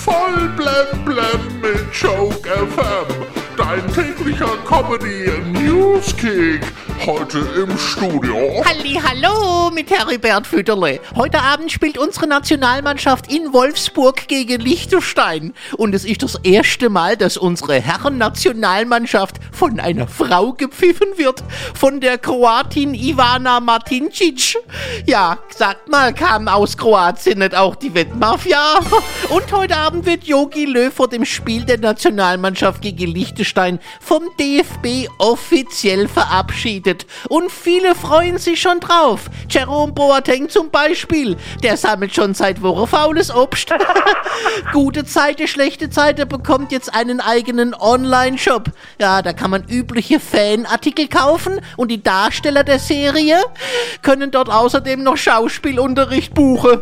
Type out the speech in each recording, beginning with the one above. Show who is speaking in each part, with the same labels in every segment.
Speaker 1: Voll blem blem mit Joke FM. Dein täglicher Comedy Newskick. Heute im Studio.
Speaker 2: Hallo mit Heribert Fütterle. Heute Abend spielt unsere Nationalmannschaft in Wolfsburg gegen Liechtenstein. Und es ist das erste Mal, dass unsere Herren-Nationalmannschaft von einer Frau gepfiffen wird. Von der Kroatin Ivana Martincic. Ja, sagt mal, kam aus Kroatien nicht auch die Wettmafia? Und heute Abend wird Jogi Löw vor dem Spiel der Nationalmannschaft gegen Liechtenstein vom DFB offiziell verabschiedet. Und viele freuen sich schon drauf. Jerome Boateng zum Beispiel, der sammelt schon seit Wochen faules Obst. Gute Zeiten, schlechte Zeiten bekommt jetzt einen eigenen Online-Shop. Ja, da kann man übliche Fanartikel kaufen und die Darsteller der Serie können dort außerdem noch Schauspielunterricht buchen.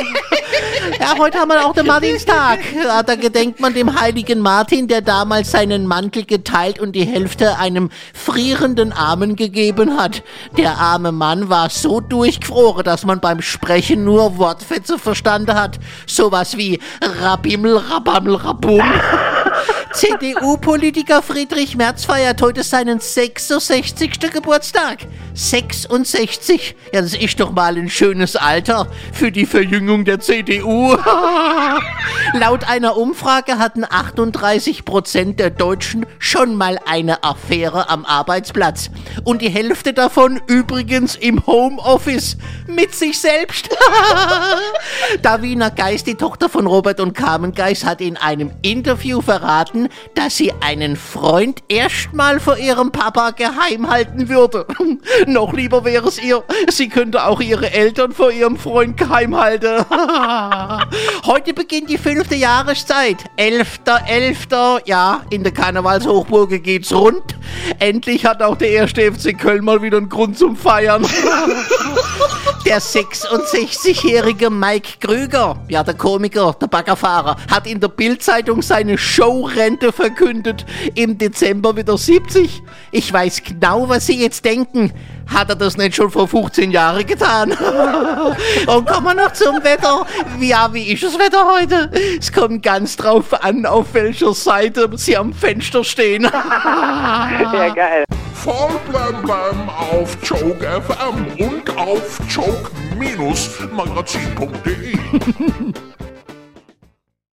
Speaker 2: Ja, heute haben wir auch den Martinstag. Ja, da gedenkt man dem heiligen Martin, der damals seinen Mantel geteilt und die Hälfte einem frierenden Armen gegeben hat. Der arme Mann war so durchgefroren, dass man beim Sprechen nur Wortfetzen verstanden hat. Sowas wie Rabimmel, Rabammel, Rabum. CDU-Politiker Friedrich Merz feiert heute seinen 66. Geburtstag. 66? Ja, das ist doch mal ein schönes Alter für die Verjüngung der CDU. Laut einer Umfrage hatten 38% der Deutschen schon mal eine Affäre am Arbeitsplatz. Und die Hälfte davon übrigens im Homeoffice mit sich selbst. Davina Geis, die Tochter von Robert und Carmen Geis, hat in einem Interview verraten, dass sie einen Freund erstmal vor ihrem Papa geheim halten würde. Noch lieber wäre es ihr, sie könnte auch ihre Eltern vor ihrem Freund geheim halten. Heute beginnt die 5. Jahreszeit. 11.11. Ja, in der Karnevalshochburge geht's rund. Endlich hat auch der 1. FC Köln mal wieder einen Grund zum Feiern. Der 66-jährige Mike Krüger, ja der Komiker, der Baggerfahrer, hat in der Bild-Zeitung seine Showrente verkündet. Im Dezember wieder 70. Ich weiß genau, was Sie jetzt denken. Hat er das nicht schon vor 15 Jahren getan? Und kommen wir noch zum Wetter. Ja, wie ist das Wetter heute? Es kommt ganz drauf an, auf welcher Seite Sie am Fenster stehen.
Speaker 3: Ja, geil.
Speaker 1: Voll blem blem auf Joke FM und auf joke-magazin.de.